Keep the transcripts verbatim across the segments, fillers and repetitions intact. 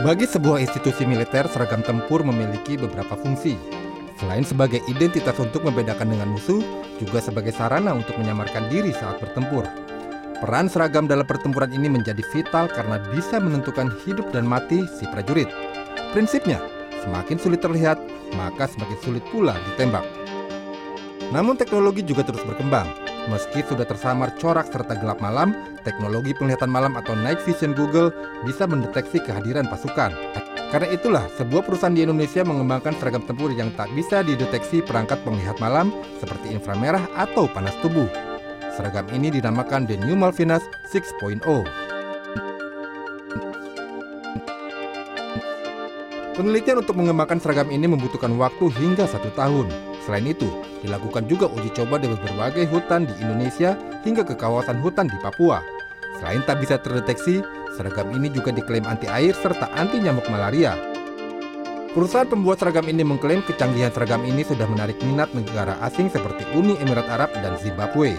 Bagi sebuah institusi militer, seragam tempur memiliki beberapa fungsi. Selain sebagai identitas untuk membedakan dengan musuh, juga sebagai sarana untuk menyamarkan diri saat bertempur. Peran seragam dalam pertempuran ini menjadi vital karena bisa menentukan hidup dan mati si prajurit. Prinsipnya, semakin sulit terlihat, maka semakin sulit pula ditembak. Namun teknologi juga terus berkembang. Meski sudah tersamar corak serta gelap malam, teknologi penglihatan malam atau night vision Google bisa mendeteksi kehadiran pasukan. Karena itulah, sebuah perusahaan di Indonesia mengembangkan seragam tempur yang tak bisa dideteksi perangkat penglihat malam seperti inframerah atau panas tubuh. Seragam ini dinamakan The New Malvinas enam titik nol. Penelitian untuk mengembangkan seragam ini membutuhkan waktu hingga satu tahun. Selain itu, dilakukan juga uji coba di berbagai hutan di Indonesia hingga ke kawasan hutan di Papua. Selain tak bisa terdeteksi, seragam ini juga diklaim anti air serta anti nyamuk malaria. Perusahaan pembuat seragam ini mengklaim kecanggihan seragam ini sudah menarik minat negara asing seperti Uni Emirat Arab dan Zimbabwe.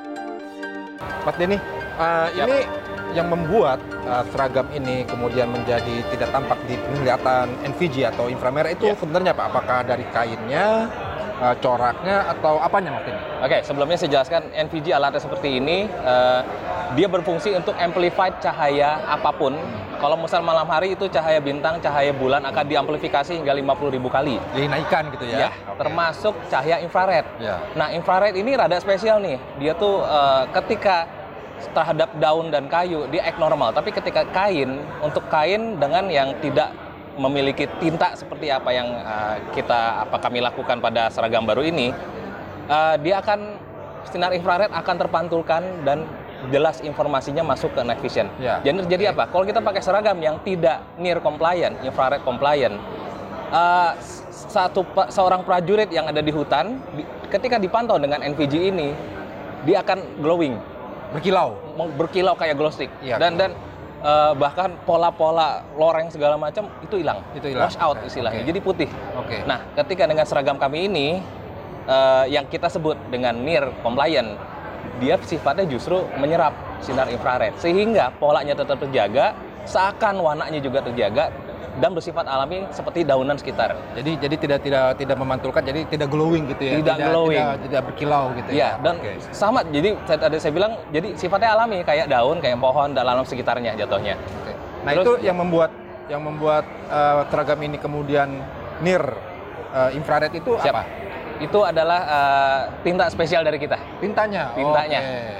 Mas Denny, uh, ini yang membuat uh, seragam ini kemudian menjadi tidak tampak di penglihatan N V G atau inframerah itu ya. Sebenarnya Pak, apakah dari kainnya, uh, coraknya, atau apanya Mas Denny? Oke, sebelumnya saya jelaskan N V G alatnya seperti ini. Uh, dia berfungsi untuk amplified cahaya apapun. Kalau misal malam hari itu cahaya bintang, cahaya bulan akan diamplifikasi hingga lima puluh ribu kali. Dinaikkan gitu ya? Ya, okay. Termasuk cahaya infrared. Ya. Nah, infrared ini rada spesial nih. Dia tuh uh, ketika terhadap daun dan kayu, dia abnormal. Tapi ketika kain, untuk kain dengan yang tidak memiliki tinta seperti apa yang uh, kita apa kami lakukan pada seragam baru ini, uh, dia akan sinar infrared akan terpantulkan dan jelas informasinya masuk ke night vision. Ya. Jadi terjadi okay. apa? Kalau kita pakai seragam yang tidak near compliant, infrared compliant, uh, satu seorang prajurit yang ada di hutan, di, ketika dipantau dengan N V G ini, dia akan glowing, berkilau, berkilau kayak glow stick. Ya, dan dan uh, bahkan pola-pola loreng segala macam itu hilang, itu hilang, wash out okay. istilahnya, okay. jadi putih. Okay. Nah, ketika dengan seragam kami ini, uh, yang kita sebut dengan near compliant, dia sifatnya justru menyerap sinar infrared sehingga polanya tetap terjaga, seakan warnanya juga terjaga dan bersifat alami seperti daunan sekitar. Jadi jadi tidak tidak tidak memantulkan, jadi tidak glowing gitu ya. Tidak, tidak glowing, tidak, tidak berkilau gitu ya. Ya, dan okay. sama. Jadi tadi saya bilang, jadi sifatnya alami kayak daun, kayak pohon dan alam sekitarnya jatuhnya. Okay. Nah, Terus, itu yang membuat yang membuat uh, seragam ini kemudian near uh, infrared itu siap. apa? Itu adalah uh, tinta spesial dari kita. Tintanya? Tintanya. Okay.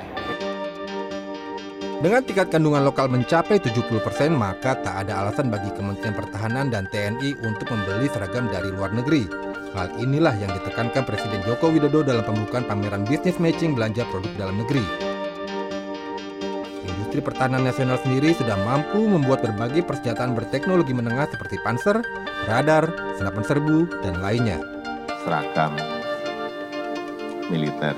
Dengan tingkat kandungan lokal mencapai tujuh puluh persen, maka tak ada alasan bagi Kementerian Pertahanan dan T N I untuk membeli seragam dari luar negeri. Hal inilah yang ditekankan Presiden Joko Widodo dalam pembukaan pameran Business Matching belanja produk dalam negeri. Industri pertahanan nasional sendiri sudah mampu membuat berbagai persenjataan berteknologi menengah seperti panser, radar, senapan serbu, dan lainnya. Seragam militer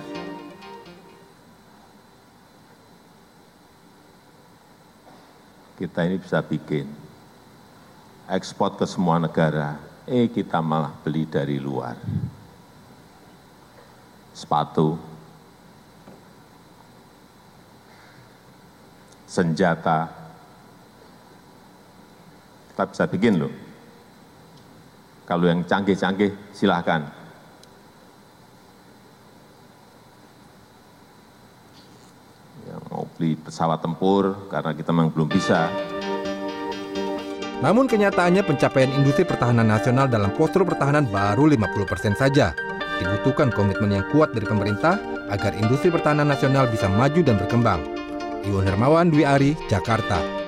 kita ini bisa bikin ekspor ke semua negara, eh kita malah beli dari luar. Sepatu, senjata, kita bisa bikin loh. Kalau yang canggih-canggih, silahkan. Yang mau beli pesawat tempur, karena kita memang belum bisa. Namun kenyataannya pencapaian industri pertahanan nasional dalam postur pertahanan baru lima puluh persen saja. Dibutuhkan komitmen yang kuat dari pemerintah agar industri pertahanan nasional bisa maju dan berkembang. Iwan Hermawan, Dwi Ari, Jakarta.